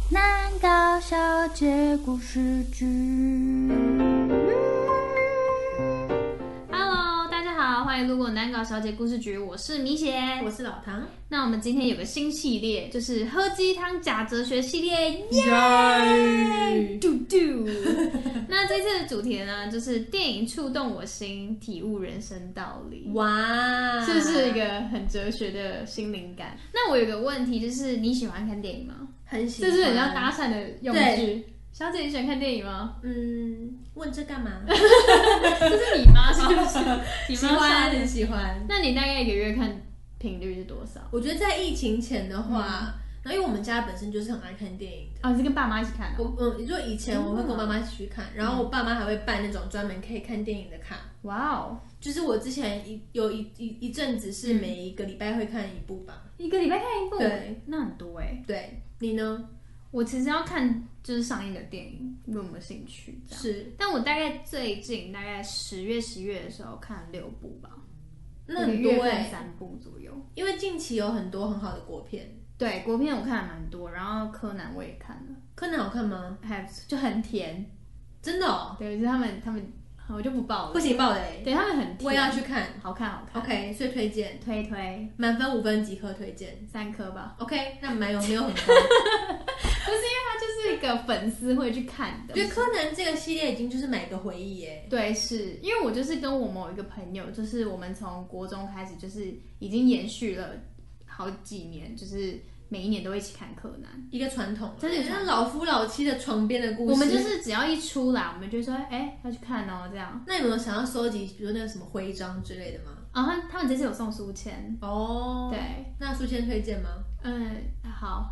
难搞小姐故事剧。Hello， 大家好，欢迎路过难搞小姐故事局，我是米血， 我是老唐。 那我们今天有个新系列，就是喝鸡汤假哲学系列，耶！嘟嘟。那这次的主题呢，就是电影触动我心，体悟人生道理。 哇， 是不是一个很哲学的新灵感？那我有个问题，就是你喜欢看电影吗？ 很喜欢， 这是很像搭讪的用句。小姐，你喜欢看电影吗？ 问这干嘛？ 这是你妈是不是？你妈喜欢，很喜欢。 那你大概一个月看频率是多少？ 我觉得在疫情前的话，然后因为我们家本身就是很爱看电影的。 哦，你是跟爸妈一起看的？ 你说以前我会跟我妈妈一起去看，然后我爸妈还会办那种专门可以看电影的卡。 哇哦！ 就是我之前有一阵子是每一个礼拜会看一部吧， 一个礼拜看一部， 对， 那很多哎。 对，你呢？ 我其实要看就是上映的电影，有没有兴趣？ 是， 但我大概最近大概10月、11月的时候看6部吧， 那很多看3部左右。 因为近期有很多很好的国片。 对，国片我看了蛮多，然后柯南我也看了。 柯南好看吗？ 还就很甜， 真的哦。 对，就是他们，我就不爆了， 不行爆雷。 对，他们很甜， 我也要去看， 好看。 OK， 所以推荐， 推满分5分几颗推荐 ？3颗吧。 OK， 那没有很高。 不是因为他就是一个粉丝会去看的。 我觉得柯南这个系列已经就是每个回忆耶。 对，是因为我就是跟我某一个朋友，就是我们从国中开始，就是已经延续了好几年，就是每一年都会一起看柯南， 一个传统， 真的像老夫老妻的床边的故事。 我们就是只要一出来，我们就说，要去看哦，这样。 那你们有想要收集，比如那个什么徽章之类的吗？ 啊，他们这次有送书签哦。 对， 那书签推荐吗？ 好。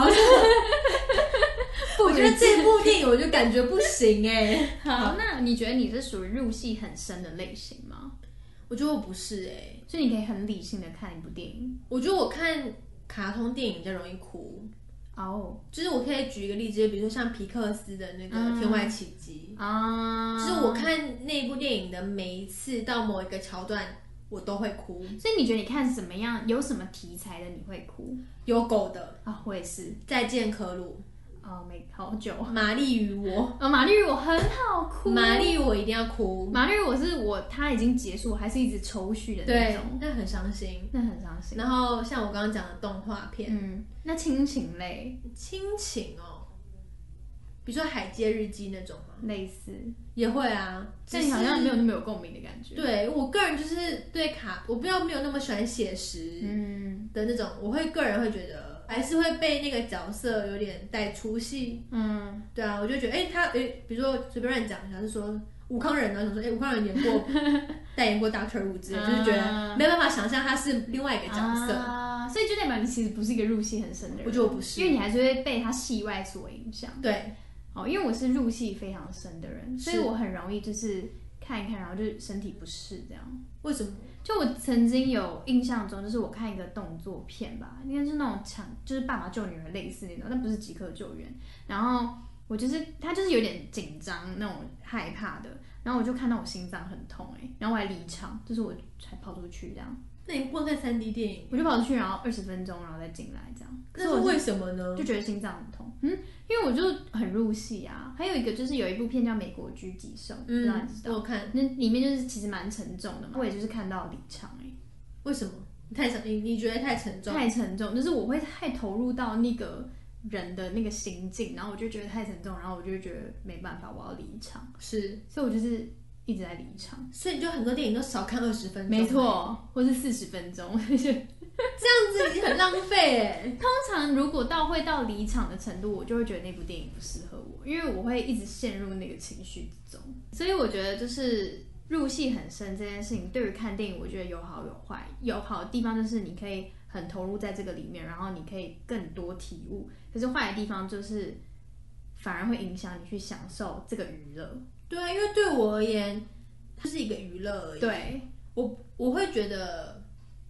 我觉得这部电影我就感觉不行哎。 好，那你觉得你是属于入戏很深的类型吗？ 我觉得我不是哎， 所以你可以很理性的看一部电影。 我觉得我看卡通电影比较容易哭。 哦， 就是我可以举一个例子，比如说像皮克斯的那个《天外奇迹》 啊， 就是我看那部电影的每一次到某一个桥段，我都会哭。 所以你觉得你看什么样，有什么题材的你会哭？ 有狗的啊，我也是。 再见可鲁。 没好久。 玛丽与我。 玛丽与我很好哭。 玛丽与我一定要哭。 玛丽与我是它已经结束，还是一直抽续的那种。 对，那很伤心。然后像我刚刚讲的动画片， 那亲情类， 亲情哦，比如说《海街日记》那种吗？ 类似也会啊， 但你好像没有那么有共鸣的感觉。 对，我个人就是对我没有那么喜欢写实的那种，我个人会觉得。还是会被那个角色有点带出戏。对啊，我就觉得比如说随便乱讲一下，是说吴康仁啊，想说吴康仁代言过 Dr. Wu 之类，就是觉得没办法想象他是另外一个角色， 所以就代表你其实不是一个入戏很深的人。 我觉得我不是， 因为你还是会被他戏外所影响。 对， 因为我是入戏非常深的人，所以我很容易就是看一看，然后就身体不适这样。 为什么？就我曾经有印象中，就是我看一个动作片吧，应该是那种就是爸爸救女儿类似那种，但不是即刻救援。然后他就是有点紧张那种害怕的，然后我就看到我心脏很痛然后我还离场，就是我才跑出去这样。 那你不能看3D 电影？ 我就跑出去，然后20分钟，然后再进来这样。 可是为什么呢？ 就觉得心脏很痛。因为我就很入戏啊。还有一个就是有一部片叫《美国狙击手》，不知道你知道？ 我有看。 那里面就是其实蛮沉重的嘛。我也就是看到离场为什么？你觉得太沉重？ 太沉重，就是我会太投入到那个人的那个心境，然后我就觉得太沉重，然后我就觉得没办法，我要离场。 是， 所以我就是一直在离场。 所以你就很多电影都少看20分钟。 没错，或是40分钟。 这样子已经很浪费通常如果会到离场的程度，我就会觉得那部电影不适合我，因为我会一直陷入那个情绪之中。所以我觉得就是入戏很深这件事情，对于看电影，我觉得有好有坏。有好的地方就是你可以很投入在这个里面，然后你可以更多体悟。可是坏的地方就是反而会影响你去享受这个娱乐。 对啊，因为对我而言，它是一个娱乐而已。 对， 我会觉得，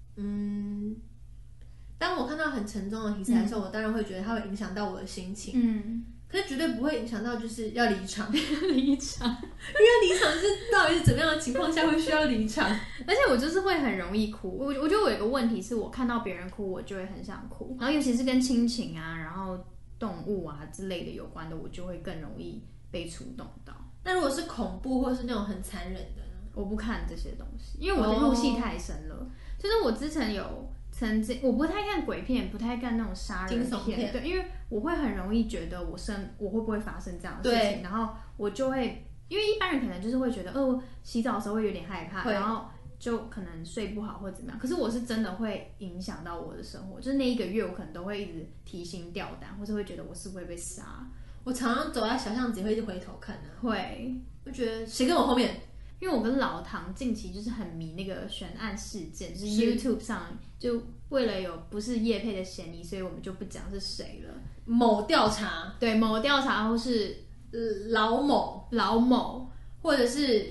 当我看到很沉重的题材的时候，我当然会觉得它会影响到我的心情。可是绝对不会影响到就是要离场。 离场， 因为离场是到底是怎么样的情况下会需要离场？ 而且我就是会很容易哭。我觉得我有一个问题是我看到别人哭，我就会很想哭，然后尤其是跟亲情啊，然后动物啊之类的有关的，我就会更容易被触动到。 那如果是恐怖或是那种很残忍的呢？ 我不看这些东西，因为我的入戏太深了。就是我之前曾经，我不太看鬼片，不太看那种杀人片，对，因为我会很容易觉得我会不会发生这样的事情，然后我就会，因为一般人可能就是会觉得，洗澡的时候会有点害怕，然后就可能睡不好或者怎么样。可是我是真的会影响到我的生活，就是那1个月我可能都会一直提心吊胆，或是会觉得我是不会被杀。 我常常走在小巷子也会一直回头看啊， 会， 就觉得谁跟我后面。 因为我跟老唐近期就是很迷那个悬案事件，就是 YouTube 上就为了有不是业配的嫌疑，所以我们就不讲是谁了。 某调查， 对，某调查或是老某，或者是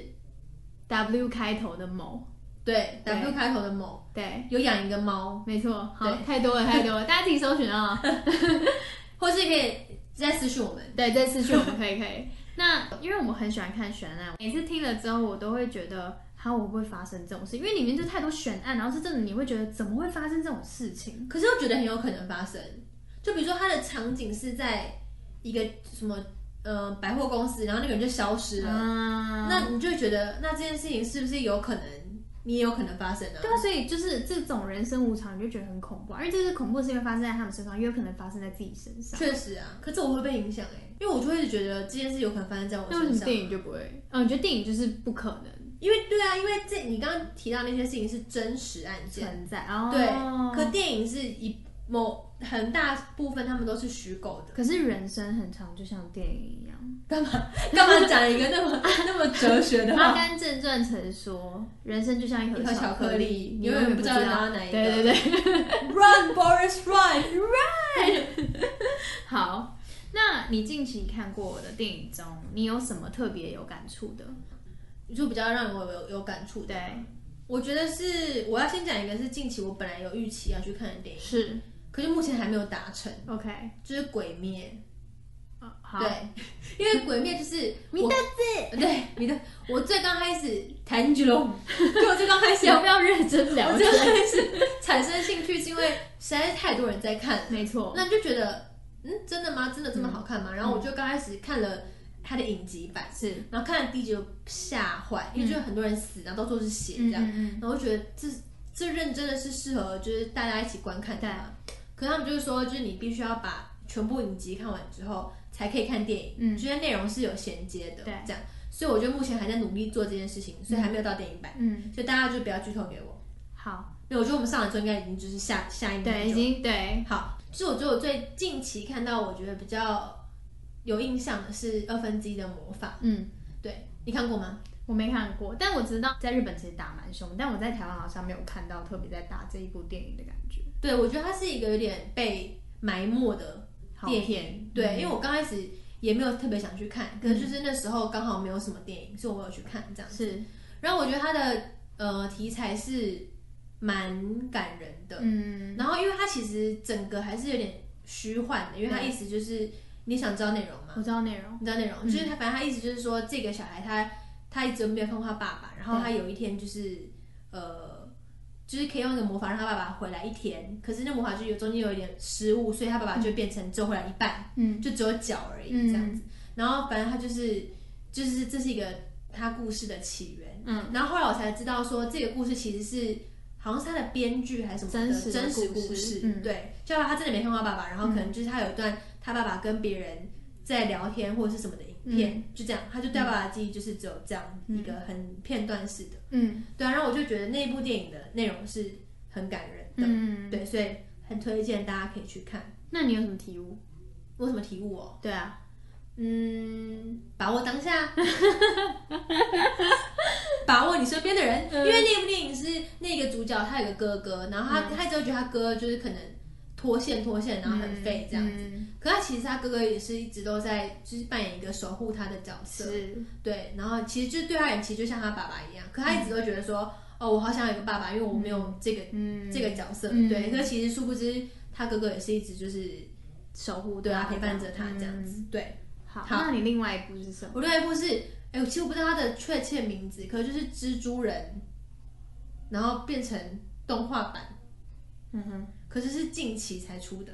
W 开头的某， 对 W 开头的某， 对， 有养一个猫， 没错，好，太多了，大家自己搜寻啊， 或是可以再私讯我们， 对，再私讯我们可以。那因为我们很喜欢看悬案，每次听了之后，我都会觉得，我会不会发生这种事？因为里面就太多悬案，然后是真的，你会觉得怎么会发生这种事情？ 可是我觉得很有可能发生。就比如说，它的场景是在一个什么百货公司，然后那个人就消失了，那你就会觉得，那这件事情是不是有可能？你也有可能发生啊。 对啊，所以就是这种人生无常，你就觉得很恐怖，因为这是恐怖的事情发生在他们身上，也有可能发生在自己身上。 确实啊，可是我会被影响因为我就会觉得这件事有可能发生在我身上。 那为什么电影就不会？你觉得电影就是不可能？ 因为对啊，因为你刚刚提到那些事情是真实案件存在对，可电影是很大部分他们都是虚构的。 可是人生很长，就像电影一样。 干嘛讲一个那么哲学的话？ 阿甘正传曾说，人生就像一盒巧克力， 你永远不知道拿哪一个。 对。 Run, Boris, run! 好，那你近期看过的电影中，你有什么特别有感触的？ 你说比较让我有感触的？ 对，我觉得是我要先讲一个是近期我本来有预期要去看的电影， 是， 可是目前还没有达成。 OK， 就是《鬼灭》。 好， 对，因为《鬼灭》就是米德子， 对，我最刚开始谭吉龙，就我最刚开始要不要认真聊？ 我最刚开始产生兴趣是因为实在是太多人在看， 没错， 那你就觉得，真的吗？真的这么好看吗？然后我就刚开始看了他的影集版， 是， 然后看了第1集就吓坏，因为就很多人死，然后到处都是血这样，然后我觉得这认真的是适合就是大家一起观看的嘛。可是他们就是说，就是你必须要把全部影集看完之后才可以看电影，就是内容是有衔接的，这样。所以我觉得目前还在努力做这件事情，所以还没有到电影版，所以大家就不要剧透给我。 好， 因为我觉得我们上来之后应该已经就是下一幕， 对，已经对。 好，就是我觉得我最近期看到我觉得比较有印象的是1/2的魔法，对，你看过吗？ 我没看过，但我知道在日本其实打蛮凶，但我在台湾好像没有看到特别在打这一部电影的感觉。 对，我觉得它是一个有点被埋没的电影，对，因为我刚开始也没有特别想去看，可是就是那时候刚好没有什么电影，所以我有去看这样子。是，然后我觉得它的题材是蛮感人的，然后因为它其实整个还是有点虚幻的，因为它意思就是你想知道内容吗？ 我知道内容， 你知道内容，就是反正它意思就是说这个小孩他一直没有看过他爸爸，然后他有一天就是就是可以用一个魔法让他爸爸回来1天，可是那魔法就中间有一点失误，所以他爸爸就变成只有回来一半，就只有脚而已这样子。然后反正他就是这是一个他故事的起源，然后后来我才知道说这个故事其实是好像是他的编剧还是什么的真实故事，对，就他真的没看过他爸爸，然后可能就是他有一段他爸爸跟别人在聊天或者是什么的影片，就这样，他就对他爸爸的记忆就是只有这样一个很片段式的，对啊，然后我就觉得那一部电影的内容是很感人的，对，所以很推荐大家可以去看。 那你有什么体悟？ 我什么体悟哦？ 对啊， 把握当下，把握你身边的人，因为那部电影是那个主角他有个哥哥，然后他就觉得他哥就是可能脱线，然后很废这样子。可他其实他哥哥也是一直都在就是扮演一个守护他的角色，对。然后其实就对他人其实就像他爸爸一样，可他一直都觉得说，我好想有一个爸爸，因为我没有这个角色，对。可其实殊不知他哥哥也是一直就是守护， 对啊，陪伴着他这样子，对。 好，那你另外一部是什么？ 我另外一部是，其实我不知道他的确切名字，可能就是蜘蛛人，然后变成动画版，可是是近期才出的，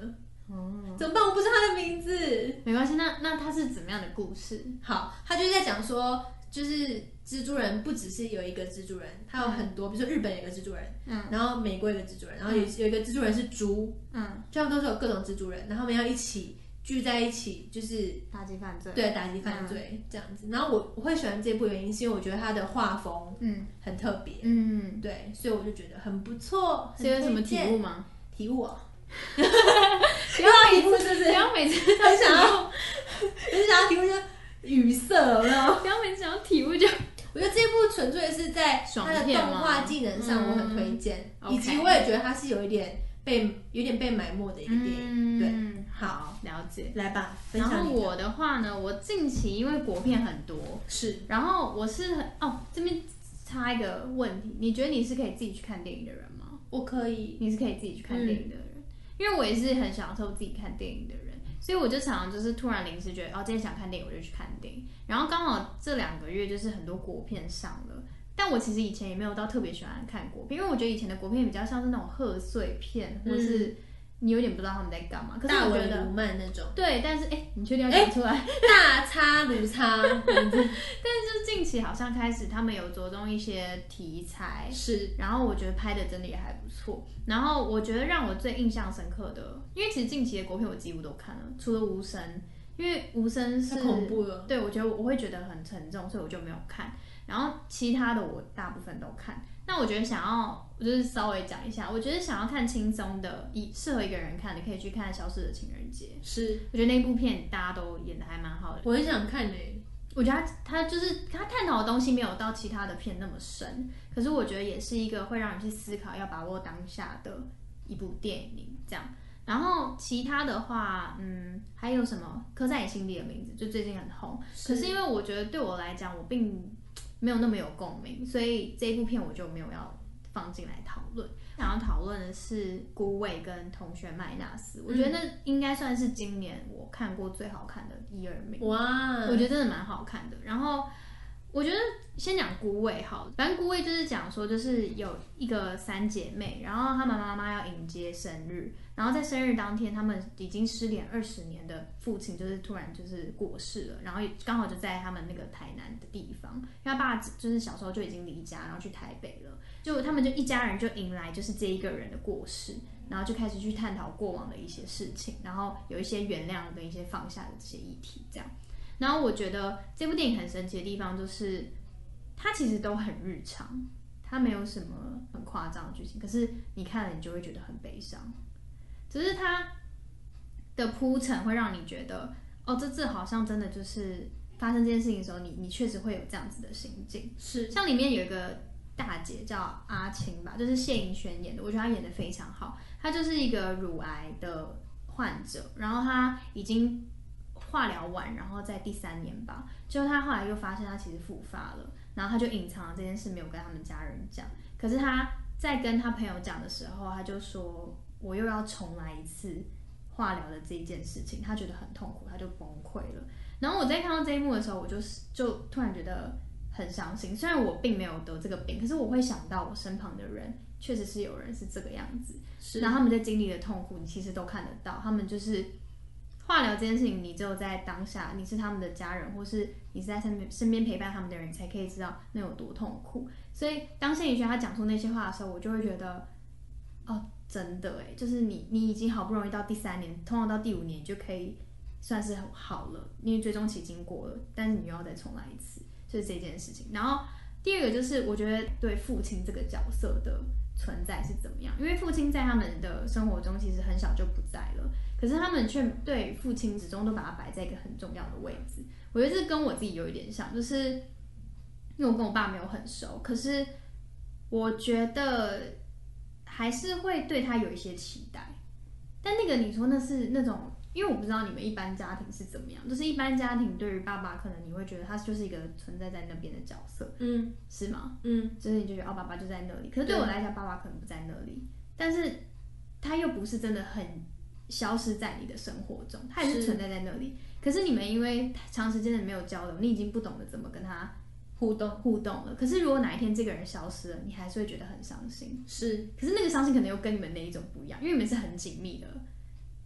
怎么办？我不知道他的名字。 没关系，那他是怎么样的故事？ 好，他就是在讲说，就是蜘蛛人不只是有一个蜘蛛人，他有很多，比如说日本有一个蜘蛛人，然后美国有一个蜘蛛人，然后有一个蜘蛛人是猪，就他们都是有各种蜘蛛人，然后他们要一起聚在一起，就是打击犯罪， 对，打击犯罪这样子。然后我会喜欢这部原因是因为我觉得他的画风很特别，对，所以我就觉得很不错。 是有什么体悟吗？ 体悟哦。 不要体悟就是不要每次很想要体悟就语塞，有没有？ 不要每次想要体悟就。 我觉得这部纯粹是在它的动画技能上，我很推荐，以及我也觉得它是有一点被埋没的一个电影。对， 好，了解。 来吧， 然后我的话呢，我近期因为国片很多， 是， 然后我是这边插一个问题，你觉得你是可以自己去看电影的人吗？ 我可以， 你是可以自己去看电影的人，因为我也是很享受自己看电影的人，所以我就常常就是突然临时觉得今天想看电影我就去看电影，然后刚好这2个月就是很多国片上了，但我其实以前也没有到特别喜欢看国片，因为我觉得以前的国片比较像是那种贺岁片，或是你有点不知道他们在干嘛。可是我觉得大尾卢曼那种， 对，但是你确定要讲出来？ 大叉卢叉， 但是近期好像开始他们有着重一些题材， 是， 然后我觉得拍的真的也还不错。然后我觉得让我最印象深刻的，因为其实近期的国片我几乎都看了，除了无声，因为无声是太恐怖了， 对，我觉得我会觉得很沉重，所以我就没有看。然后其他的我大部分都看。那我觉得我就是稍微讲一下，我觉得想要看轻松的，适合一个人看的，可以去看《消失的情人节》。 是， 我觉得那部片大家都演的还蛮好的。 我很想看我觉得他就是他探讨的东西没有到其他的片那么深，可是我觉得也是一个会让你去思考要把握当下的一部电影这样。然后其他的话，还有什么刻在你心底的名字，就最近很红。可是因为我觉得对我来讲，我并没有那么有共鸣，所以这一部片我就没有要放进来讨论。想要讨论的是孤味跟同学麦纳斯，我觉得那应该算是今年我看过最好看的1、2名。 哇， 我觉得真的蛮好看的。然后我觉得先讲孤味好了，反正孤味就是讲说，就是有一个3姐妹，然后她们妈妈要迎接生日，然后在生日当天，他们已经失联20年的父亲就是突然就是过世了，然后刚好就在他们那个台南的地方，因为他爸就是小时候就已经离家，然后去台北了，就他们就一家人就迎来就是这一个人的过世，然后就开始去探讨过往的一些事情，然后有一些原谅跟一些放下的这些议题这样。然后我觉得这部电影很神奇的地方就是，它其实都很日常，它没有什么很夸张的剧情，可是你看了你就会觉得很悲伤，只是它的铺陈会让你觉得，这好像真的就是发生这件事情的时候，你确实会有这样子的心境。 是， 像里面有一个大姐叫阿青吧，就是谢盈萱演的，我觉得她演得非常好。她就是一个乳癌的患者，然后她已经化疗完，然后在第3年吧，结果他后来又发现他其实复发了，然后他就隐藏了这件事，没有跟他们家人讲。可是他在跟他朋友讲的时候，他就说我又要重来一次化疗的这一件事情，他觉得很痛苦，他就崩溃了。然后我在看到这一幕的时候，我就突然觉得很伤心。虽然我并没有得这个病，可是我会想到我身旁的人，确实是有人是这个样子，然后他们在经历的痛苦，你其实都看得到，他们就是。化疗这件事情，你只有在当下，你是他们的家人，或是你是在身边陪伴他们的人，才可以知道那有多痛苦。所以当谢盈萱他讲出那些话的时候，我就会觉得，真的哎，就是你已经好不容易到第3年，通常到第5年就可以算是好了，因为追踪期经过了，但是你又要再重来一次，就是这件事情。然后第二个就是我觉得对父亲这个角色的存在是怎么样，因为父亲在他们的生活中其实很小就不在了。可是他们却对父亲始终都把他摆在一个很重要的位置，我觉得这跟我自己有一点像，就是因为我跟我爸没有很熟，可是我觉得还是会对他有一些期待。但那个你说那是那种，因为我不知道你们一般家庭是怎么样，就是一般家庭对于爸爸，可能你会觉得他就是一个存在在那边的角色，是吗？就是你就觉得爸爸就在那里，可是对我来讲，爸爸可能不在那里，但是他又不是真的很。消失在你的生活中，它也是存在在那里。可是你们因为长时间的没有交流，你已经不懂得怎么跟他互动了。可是如果哪一天这个人消失了，你还是会觉得很伤心。 是， 可是那个伤心可能又跟你们那一种不一样，因为你们是很紧密的，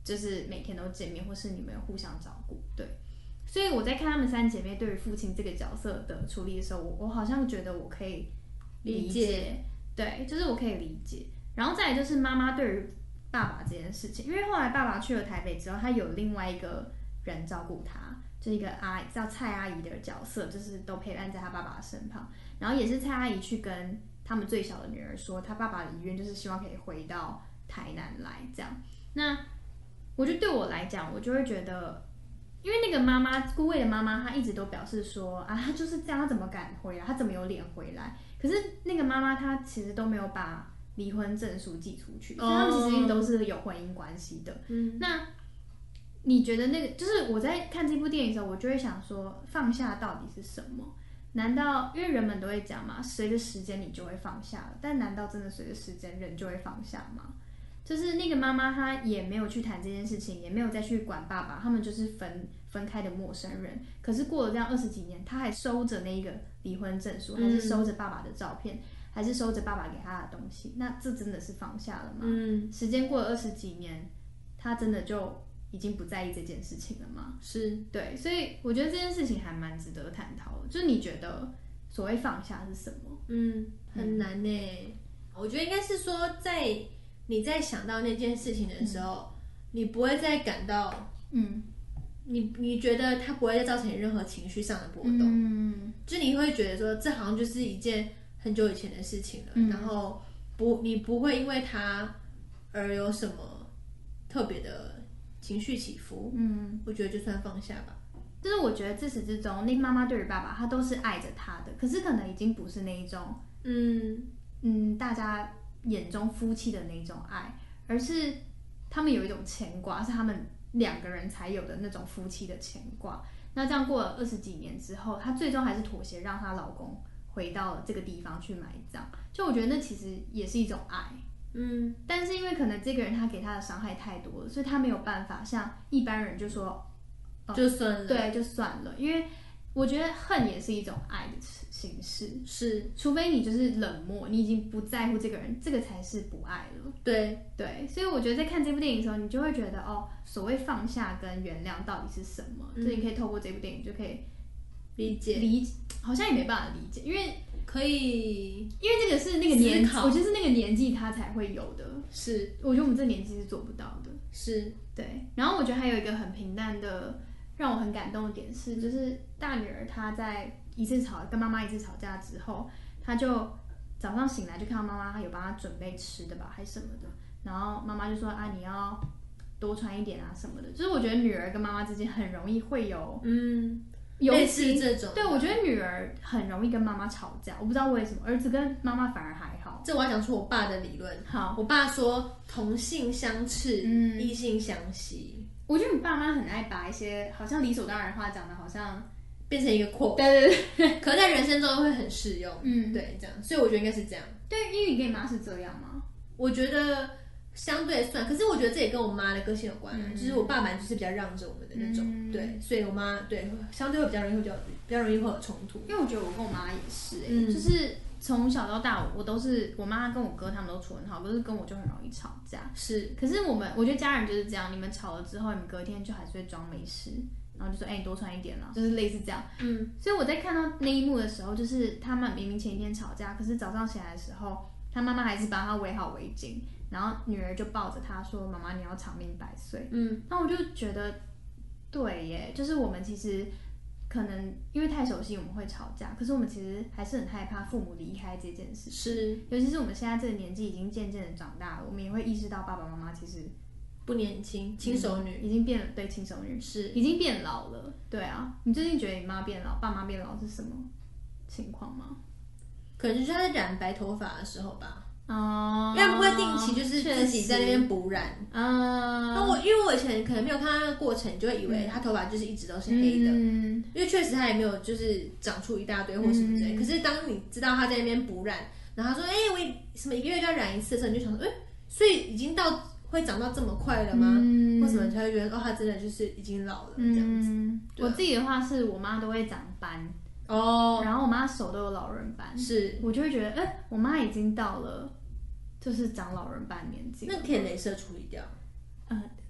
就是每天都见面，或是你们有互相照顾，对。所以我在看她们3姐妹对于父亲这个角色的处理的时候，我好像觉得我可以理解，对，就是我可以理解。然后再来就是妈妈对于爸爸这件事情，因为后来爸爸去了台北之后，他有另外一个人照顾他，就是一个叫蔡阿姨的角色，就是都陪伴在他爸爸的身旁。然后也是蔡阿姨去跟他们最小的女儿说，他爸爸的遗愿就是希望可以回到台南来这样。那我觉得对我来讲，我就会觉得，因为那个妈妈顾魏的妈妈，她一直都表示说啊，她就是这样，她怎么敢回来？她怎么有脸回来？可是那个妈妈她其实都没有把离婚证书寄出去，所以他们其实一直都是有婚姻关系的。那你觉得那个就是我在看这部电影的时候，我就会想说，放下到底是什么？难道因为人们都会讲嘛，随着时间你就会放下了，但难道真的随着时间人就会放下吗？就是那个妈妈她也没有去谈这件事情，也没有再去管爸爸，他们就是分开的陌生人。可是过了这样20几年，她还收着那个离婚证书，还是收着爸爸的照片，还是收着爸爸给她的东西。那这真的是放下了吗？时间过了20几年，她真的就已经不在意这件事情了吗？ 是， 对，所以我觉得这件事情还蛮值得探讨的。就是你觉得所谓放下是什么？ 很难呢。我觉得应该是说，你在想到那件事情的时候，你不会再感到，你觉得它不会再造成你任何情绪上的波动，就你会觉得说，这好像就是一件很久以前的事情了，然后你不会因为它而有什么特别的情绪起伏，我觉得就算放下吧。 就是我觉得自始至终，那个妈妈对于爸爸，她都是爱着他的，可是可能已经不是那一种，大家眼中夫妻的那种爱，而是他们有一种牵挂，是他们2个人才有的那种夫妻的牵挂。那这样过了20几年之后，她最终还是妥协，让她老公回到这个地方去埋葬。就我觉得那其实也是一种爱，但是因为可能这个人他给她的伤害太多了，所以他没有办法像一般人就说， 就算了， 对，就算了，因为我觉得恨也是一种爱的形式， 是， 除非你就是冷漠，你已经不在乎这个人，这个才是不爱了。 对， 所以我觉得在看这部电影的时候，你就会觉得所谓放下跟原谅到底是什么？所以你可以透过这部电影就可以理解， 好像也没办法理解，因为可以， 因为这个是那个年纪，我觉得是那个年纪他才会有的， 是， 我觉得我们这年纪是做不到的， 是， 对。然后我觉得还有一个很平淡的。让我很感动的点是，就是大女儿她在跟妈妈一次吵架之后，她就早上醒来就看到妈妈她有帮她准备吃的吧，还是什么的，然后妈妈就说啊你要多穿一点啊什么的。就是我觉得女儿跟妈妈之间很容易会有类似这种， 对，我觉得女儿很容易跟妈妈吵架，我不知道为什么，儿子跟妈妈反而还好。 这我要讲出我爸的理论。好，我爸说同性相斥，异性相吸。 我觉得你爸妈很爱把一些好像理所当然的话讲的，好像变成一个quote， 对， 可在人生中会很适用，对，这样，所以我觉得应该是这样。 对，因为你跟你妈是这样吗？ 我觉得相对算，可是我觉得这也跟我妈的个性有关，就是我爸爸就是比较让着我们的那种，对，所以我妈对相对会比较容易会有冲突。 因为我觉得我跟我妈也是，就是从小到大，我都是我妈跟我哥他们都处很好，可是跟我就很容易吵架。 是， 可是我觉得家人就是这样，你们吵了之后，你们隔天就还是会装没事，然后就说你多穿一点啦，就是类似这样。所以我在看到那一幕的时候，就是他们明明前一天吵架，可是早上起来的时候，他妈妈还是帮他围好围巾，然后女儿就抱着他说：“妈妈，你要长命百岁。”那我就觉得，对耶，就是我们其实。可能因为太熟悉，我们会吵架，可是我们其实还是很害怕父母离开这件事。 是， 尤其是我们现在这个年纪已经渐渐的长大了，我们也会意识到爸爸妈妈其实不年轻，轻熟女已经变了，对，轻熟女是已经变老了。对啊，你最近觉得你妈变老，爸妈变老是什么情况吗？ 可能就是他在染白头发的时候吧。因为他们会定期就是自己在那边补染。那因为我以前可能没有看到那个过程，你就会以为他头发就是一直都是黑的。因为确实他也没有就是长出一大堆或什么之类。可是当你知道他在那边补染，然后他说我什么1个月就要染一次的时候，你就想说所以已经会长到这么快了吗？或什么才会觉得他真的就是已经老了这样子。 我自己的话是我妈都会长斑。然后我妈手都有老人斑， 是我就会觉得我妈已经到了就是长老人斑年纪。 那可以雷射处理掉。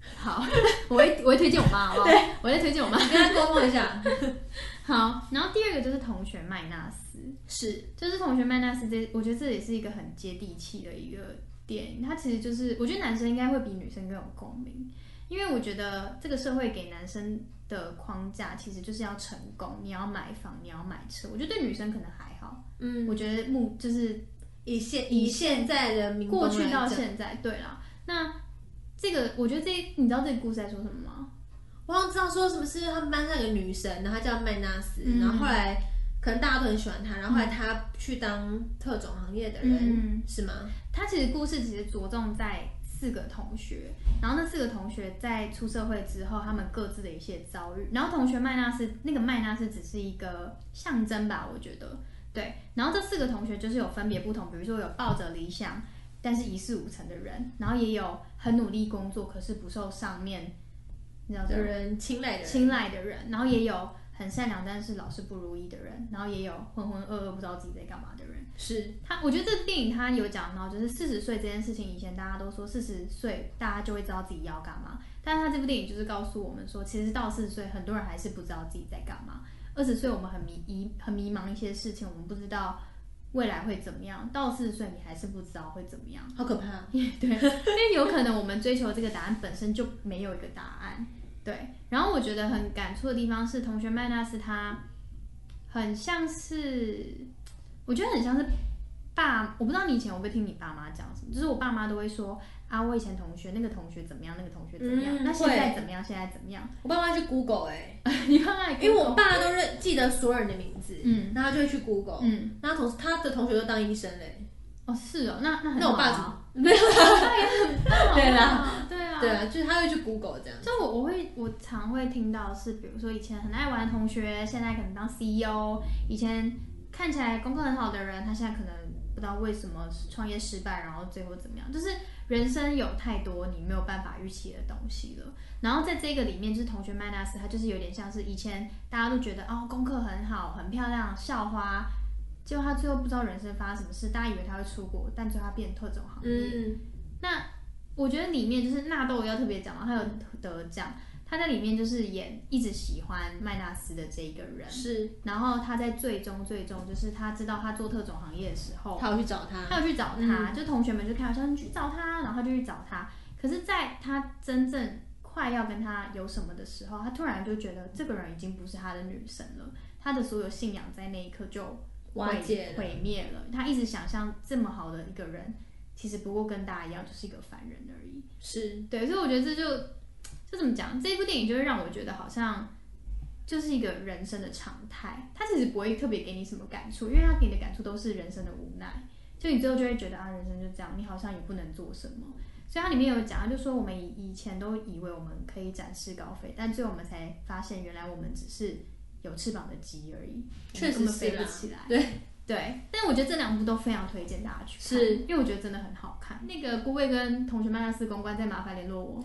好，我会推荐我妈，好不好？对，我会推荐我妈， 跟她沟通一下。 好，然后第二个就是同学麦纳斯，就是同学麦纳斯我觉得这也是一个很接地气的一个电影。它其实就是，我觉得男生应该会比女生更有共鸣，因为我觉得这个社会给男生的框架其实就是要成功，你要买房，你要买车。我觉得对女生可能还好，我觉得就是以现在的民风过去到现在，对啦。那这个我觉得你知道这个故事在说什么吗？ 我好像知道说什么是他们班上有个女神，然后她叫麦纳斯，然后后来可能大家都很喜欢她，然后后来她去当特种行业的人，是吗？ 她其实故事其实着重在4个同学，然后那4个同学在出社会之后，他们各自的一些遭遇。然后同学麦纳斯那个麦纳斯只是一个象征吧，我觉得对。然后这4个同学就是有分别不同，比如说有抱着理想但是一事无成的人，然后也有很努力工作可是不受上面的人青睐的人，然后也有很善良但是老是不如意的人，然后也有浑浑噩噩不知道自己在干嘛的人。我觉得这个电影它有讲到，就是40岁这件事情，以前大家都说40岁大家就会知道自己要干嘛，但是它这部电影就是告诉我们说，其实到40岁很多人还是不知道自己在干嘛。20岁我们很迷茫一些事情，我们不知道未来会怎么样，到40岁你还是不知道会怎么样， 好可怕。 对，因为有可能我们追求这个答案本身就没有一个答案。对，然后我觉得很感触的地方是，同学麦纳斯他很像是，我觉得很像是我不知道你以前有没有听你爸妈讲什么，就是我爸妈都会说啊，我以前同学那个同学怎么样，那个同学怎么样，那现在怎么样，现在怎么样？ 我爸妈去 Google 你爸妈也 Google？ 因为我爸都记得所有人的名字，然后他就会去 Google，然后他的同学都当医生嘞。 哦，是哦，那很好啊。 那我爸怎么？ 没有，他也很棒。 对啦， 对啊，就是他会去 Google 这样。 就我常会听到是，比如说以前很爱玩的同学，现在可能当 CEO；以前看起来功课很好的人，他现在可能不知道为什么创业失败，然后最后怎么样。就是人生有太多你没有办法预期的东西了。然后在这个里面，就是同学麦纳斯，他就是有点像是以前大家都觉得哦功课很好，很漂亮，校花。结果他最后不知道人生发生什么事，大家以为他会出国，但最后他变特种行业。那我觉得里面就是纳豆要特别讲嘛，他有得奖，他在里面就是演一直喜欢麦纳斯的这一个人，然后他在最终就是他知道他做特种行业的时候， 他有去找他， 就同学们就开玩笑你去找他，然后他就去找他。可是在他真正快要跟他有什么的时候，他突然就觉得这个人已经不是他的女神了，他的所有信仰在那一刻就毁灭了。他一直想象这么好的一个人，其实不过跟大家一样，就是一个凡人而已。对，所以我觉得这就怎么讲，这一部电影就会让我觉得好像就是一个人生的常态。他其实不会特别给你什么感触，因为他给你的感触都是人生的无奈。就你最后就会觉得啊，人生就这样，你好像也不能做什么。所以它里面有讲，他就说我们以前都以为我们可以展翅高飞，但最后我们才发现，原来我们只是有翅膀的鸡而已， 确实根本飞不起来。对，但我觉得这2部都非常推荐大家去看，因为我觉得真的很好看。那个顾魏跟同学麦纳斯公关再麻烦联络我，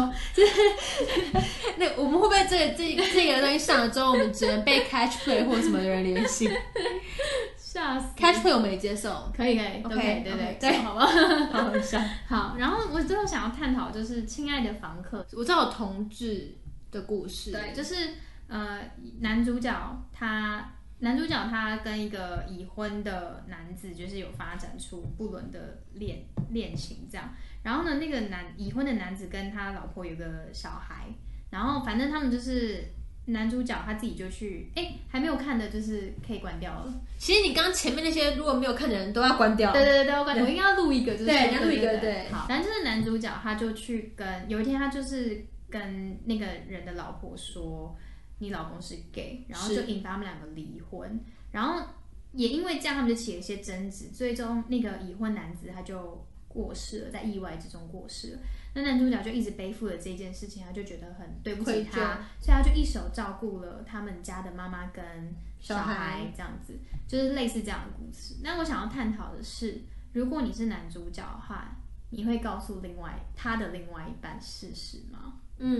那我们会不会这个东西上了之后，我们只能被 Catch Play 或什么的人联系？ 吓死 ！Catch Play 我们也接受， 可以，OK，对，好吧， 好笑。 好，然后我最后想要探讨就是《亲爱的房客》， 我知道有同志的故事， 对，就是男主角他跟一个已婚的男子，就是有发展出不伦的恋情这样。然后呢，那个已婚的男子跟他老婆有个小孩，然后反正他们就是男主角他自己就去，还没有看的就是可以关掉了。 其实你刚刚前面那些如果没有看的人都要关掉。 对，都要关掉。我应该要录一个，就是对，你要录一个，对。 好，反正就是男主角他就去有一天他就是跟那个人的老婆说。你老公是 gay， 然后就引发他们2个离婚，然后也因为这样他们就起了一些争执，最终那个已婚男子他就过世了，在意外之中过世了。那男主角就一直背负了这件事情，他就觉得很对不起他，所以他就一手照顾了他们家的妈妈跟小孩，这样子就是类似这样的故事。那我想要探讨的是，如果你是男主角的话，你会告诉他的另外一半事实吗？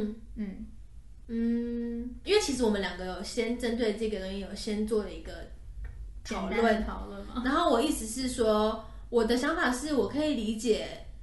因为其实我们2个有先针对这个东西有先做了一个讨论嘛。 然后我意思是说，我的想法是我可以理解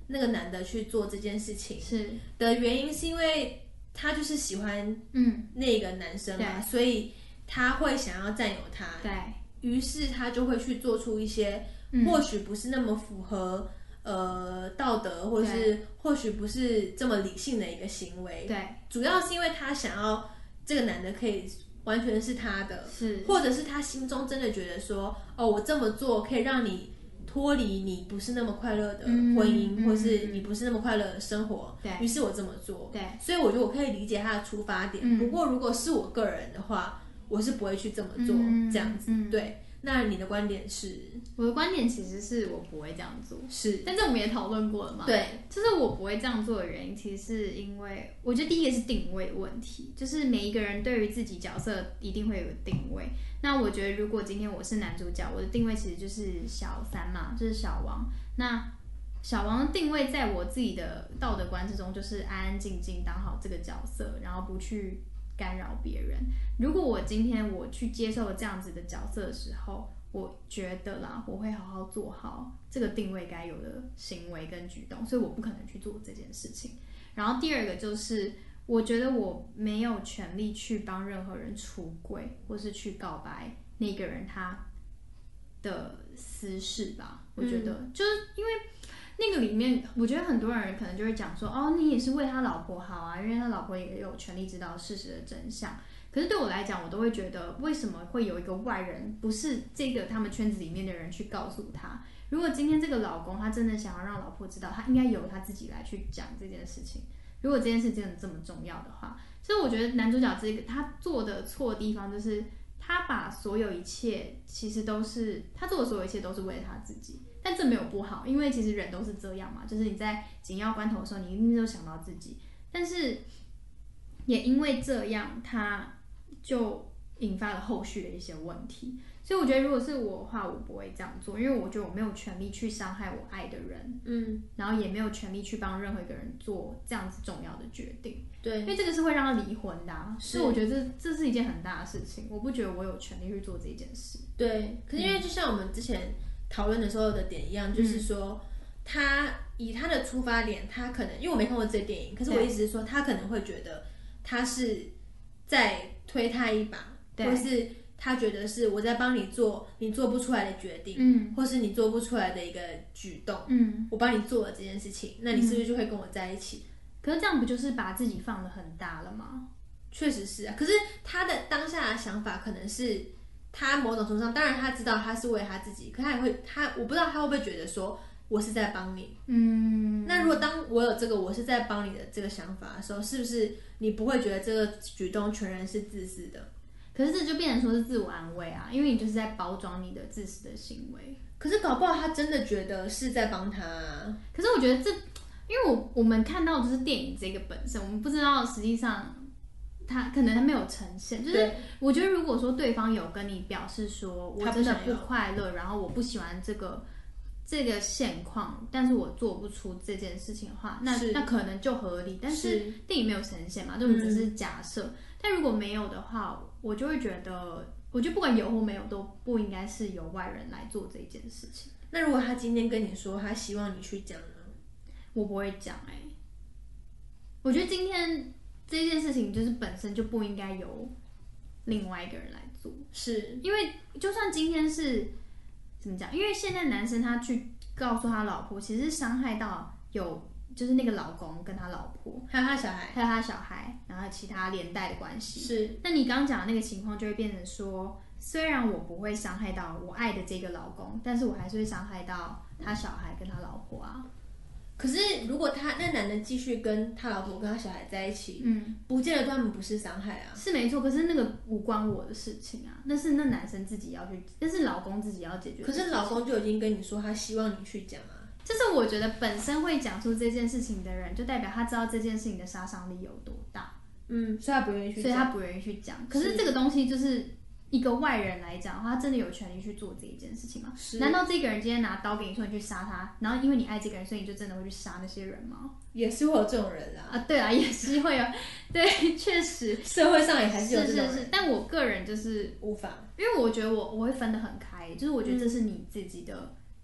那个男的去做这件事情是的原因，是因为他就是喜欢那个男生嘛，所以他会想要占有他， 对， 于是他就会去做出一些或许不是那么符合道德，或是或许不是这么理性的一个行为。 对， 主要是因为他想要这个男的可以完全是他的， 是， 或者是他心中真的觉得说，哦，我这么做可以让你脱离你不是那么快乐的婚姻，或是你不是那么快乐的生活，于是我这么做。 对， 所以我觉得我可以理解他的出发点。不过如果是我个人的话，我是不会去这么做，这样子。对，那你的观点是？ 我的观点其实是我不会这样做， 是， 但这我们也讨论过了嘛。 对， 就是我不会这样做的原因，其实是因为我觉得第一个是定位问题，就是每一个人对于自己角色一定会有个定位。那我觉得如果今天我是男主角，我的定位其实就是小三嘛，就是小王。那小王的定位在我自己的道德观之中，就是安安静静当好这个角色，然后不去干扰别人。如果我今天我去接受这样子的角色的时候，我觉得啦，我会好好做好这个定位该有的行为跟举动，所以我不可能去做这件事情。然后第二个就是，我觉得我没有权利去帮任何人出柜，或是去告白那个人他的私事吧。我觉得就是因为那个里面，我觉得很多人可能就会讲说，哦，你也是为他老婆好啊，因为他老婆也有权利知道事实的真相。可是对我来讲，我都会觉得，为什么会有一个外人，不是这个他们圈子里面的人去告诉他？如果今天这个老公他真的想要让老婆知道，他应该由他自己来去讲这件事情。如果这件事真的这么重要的话，所以我觉得男主角这个他做的错的地方，就是他把所有一切其实都是他做的所有一切都是为了他自己。但这没有不好，因为其实人都是这样嘛，就是你在紧要关头的时候，你一定都想到自己。但是也因为这样，他就引发了后续的一些问题。所以我觉得，如果是我的话，我不会这样做，因为我觉得我没有权利去伤害我爱的人，然后也没有权利去帮任何一个人做这样子重要的决定。 对， 因为这个是会让他离婚的所以我觉得这是一件很大的事情，我不觉得我有权利去做这件事。 对，可是因为就像我们之前讨论的时候的点一样，就是说他以他的出发点，他可能因为我没看过这个电影，可是我意思是说，他可能会觉得他是在推他一把，或是他觉得是我在帮你做你做不出来的决定，或是你做不出来的一个举动，我帮你做了这件事情，那你是不是就会跟我在一起？ 可是这样不就是把自己放得很大了吗？ 确实是啊，可是他的当下的想法可能是他某种程度上，当然他知道他是为他自己，可他也会我不知道他会不会觉得说我是在帮你。那如果当我有这个我是在帮你的这个想法的时候，是不是你不会觉得这个举动全然是自私的？ 可是这就变成说是自我安慰啊，因为你就是在包装你的自私的行为。 可是搞不好他真的觉得是在帮他啊。 可是我觉得这，因为我们看到的就是电影这个本身，我们不知道实际上他可能他没有呈现。就是我觉得如果说对方有跟你表示说我真的不快乐，然后我不喜欢这个现况，但是我做不出这件事情的话，那可能就合理。但是电影没有呈现嘛，就只是假设。但如果没有的话，我就会觉得，我觉得不管有或没有，都不应该是由外人来做这件事情。 那如果他今天跟你说他希望你去讲呢？ 我不会讲我觉得今天这件事情就是本身就不应该由另外一个人来做， 是因为就算今天是怎么讲，因为现在男生他去告诉他老婆，其实是伤害到就是那个老公跟他老婆， 还有他小孩， 然后其他连带的关系。 是， 那你刚刚讲的那个情况就会变成说，虽然我不会伤害到我爱的这个老公，但是我还是会伤害到他小孩跟他老婆啊。 可是如果那男的继续跟他老婆跟他小孩在一起，不见得他们不是伤害啊。 是没错，可是那个无关我的事情啊，那是那男生自己要去，那是老公自己要解决的事情。 可是老公就已经跟你说他希望你去讲啊。 就是我觉得本身会讲出这件事情的人，就代表他知道这件事情的杀伤力有多大。 所以他不愿意去讲。 所以他不愿意去讲。可是这个东西就是一个外人来讲的话，他真的有权利去做这一件事情吗？难道这个人今天拿刀给你说你去杀他，然后因为你爱这个人，所以你就真的会去杀那些人吗？ 也是会有这种人对啊，也是会有。对，确实社会上也还是有这种人。 是，但我个人就是无法， 因为我觉得我会分得很开，就是我觉得这是你自己的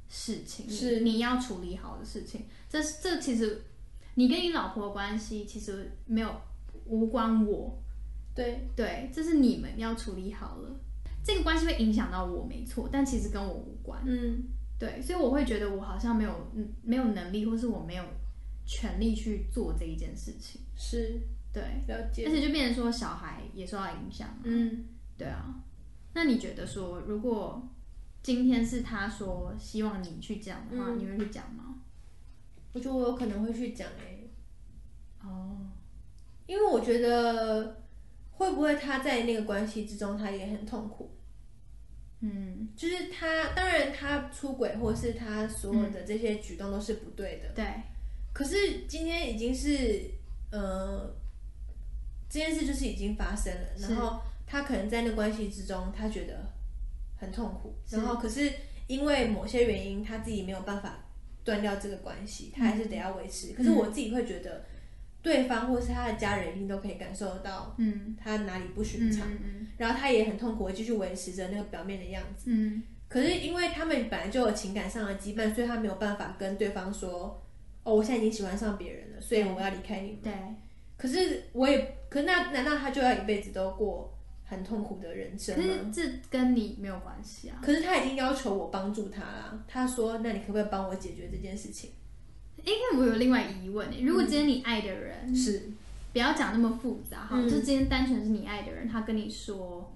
事情， 是你要处理好的事情。这其实你跟你老婆的关系其实无关我，对，这是你们要处理好了。这个关系会影响到我没错，但其实跟我无关。对，所以我会觉得我好像没有能力，或是我没有权利去做这一件事情。 是， 对， 了解。 而且就变成说小孩也受到影响嘛。对啊。那你觉得说，如果今天是他说希望你去讲的话，你会去讲吗？ 我觉得我有可能会去讲因为我觉得会不会他在那个关系之中他也很痛苦。就是他当然他出轨或是他所有的这些举动都是不对的。 对。 可是今天已经是这件事就是已经发生了，然后他可能在那关系之中他觉得很痛苦，然后可是因为某些原因他自己没有办法断掉这个关系，他还是得要维持。可是我自己会觉得对方或是他的家人一定都可以感受到他哪里不寻常，然后他也很痛苦，继续维持着那个表面的样子。可是因为他们本来就有情感上的羁绊，所以他没有办法跟对方说我现在已经喜欢上别人了，所以我要离开你们。 对。 可是难道他就要一辈子都过很痛苦的人生吗？ 可是这跟你没有关系啊。 可是他已经要求我帮助他啦，他说那你可不可以帮我解决这件事情？ 因为我有另外疑问，如果今天你爱的人是不要讲那么复杂哈，就今天单纯是你爱的人，他跟你说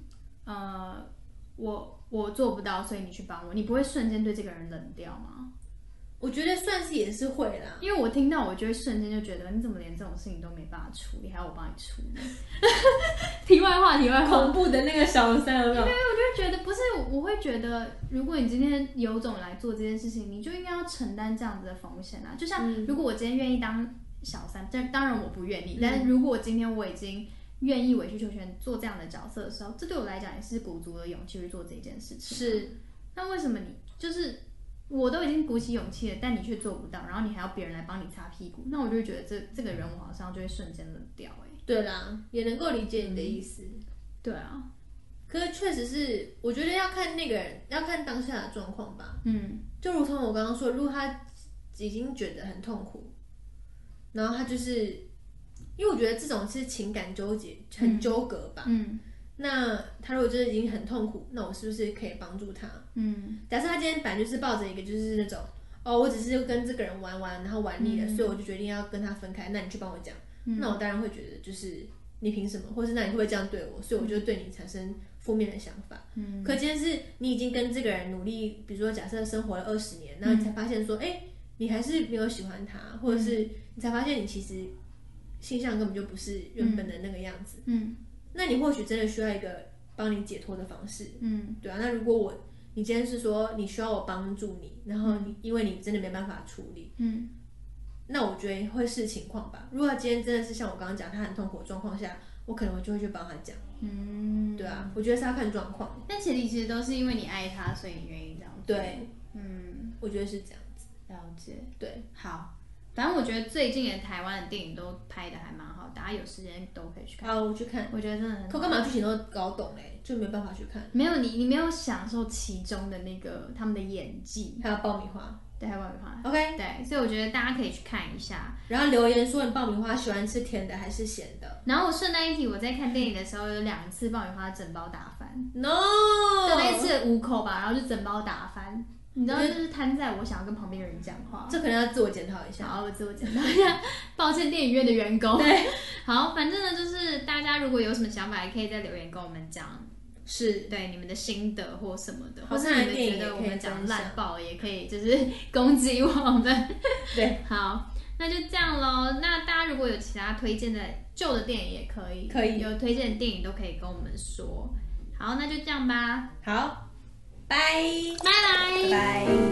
我做不到，所以你去帮我，你不会瞬间对这个人冷掉吗？ 我觉得算是也是会啦， 因为我听到我就会瞬间就觉得你怎么连这种事情都没办法处理，还要我帮你处理？题外话， 恐怖的那个小三有没有？ 对，我就觉得不是，我会觉得如果你今天有种来做这件事情，你就应该要承担这样子的风险啊。就像如果我今天愿意当小三，当然我不愿意，但是如果今天我已经愿意委曲求全做这样的角色的时候，这对我来讲也是鼓足了勇气去做这件事情。 是， 那为什么你就是我都已经鼓起勇气了，但你却做不到，然后你还要别人来帮你擦屁股，那我就会觉得这个人我好像就会瞬间冷掉。 对啦，也能够理解你的意思。 对啊， 可是确实是，我觉得要看那个人，要看当下的状况吧。就如同我刚刚说，如果他已经觉得很痛苦，然后他就是因为我觉得这种是情感纠结，很纠葛吧。那他如果真的已经很痛苦，那我是不是可以帮助他？假设他今天本来就是抱着一个就是那种我只是跟这个人玩玩，然后玩腻了，所以我就决定要跟他分开，那你去帮我讲。那我当然会觉得就是你凭什么，或是那你会不会这样对我，所以我就对你产生负面的想法。可今天是你已经跟这个人努力，比如说假设生活了20年，然后你才发现说你还是没有喜欢他，或者是你才发现你其实性向根本就不是原本的那个样子。那你或许真的需要一个帮你解脱的方式。对啊。那如果你今天是说你需要我帮助你，然后因为你真的没办法处理，那我觉得会视情况吧。如果今天真的是像我刚刚讲，他很痛苦的状况下，我可能就会去帮他讲。对啊，我觉得是要看状况。 但前提其实都是因为你爱他，所以你愿意这样做。 对，我觉得是这样子。 了解。 对， 好。反正我觉得最近的台湾的电影都拍的还蛮好，大家有时间都可以去看。 好，我去看。 我觉得真的很好。 可干嘛剧情都搞懂就没办法去看。 没有你没有享受其中的那个他们的演技。 还有爆米花。 对，还有爆米花。 OK。 对，所以我觉得大家可以去看一下。 然后留言说你爆米花喜欢吃甜的还是咸的。 然后我顺带一提，我在看电影的时候有2次爆米花整包打翻。 No。 就那一次5口吧，然后就整包打翻。你知道，就是摊在我想要跟旁边的人讲话， 这可能要自我检讨一下。 好，我自我检讨一下，抱歉电影院的员工。 对， 好，反正呢，就是大家如果有什么想法，也可以在留言跟我们讲， 是对你们的心得或什么的， 或是你们觉得我们讲烂爆，也可以就是攻击我们。 对， 好，那就这样咯。那大家如果有其他推荐的旧的电影，也可以有推荐的电影都可以跟我们说。好，那就这样吧。 好。拜拜。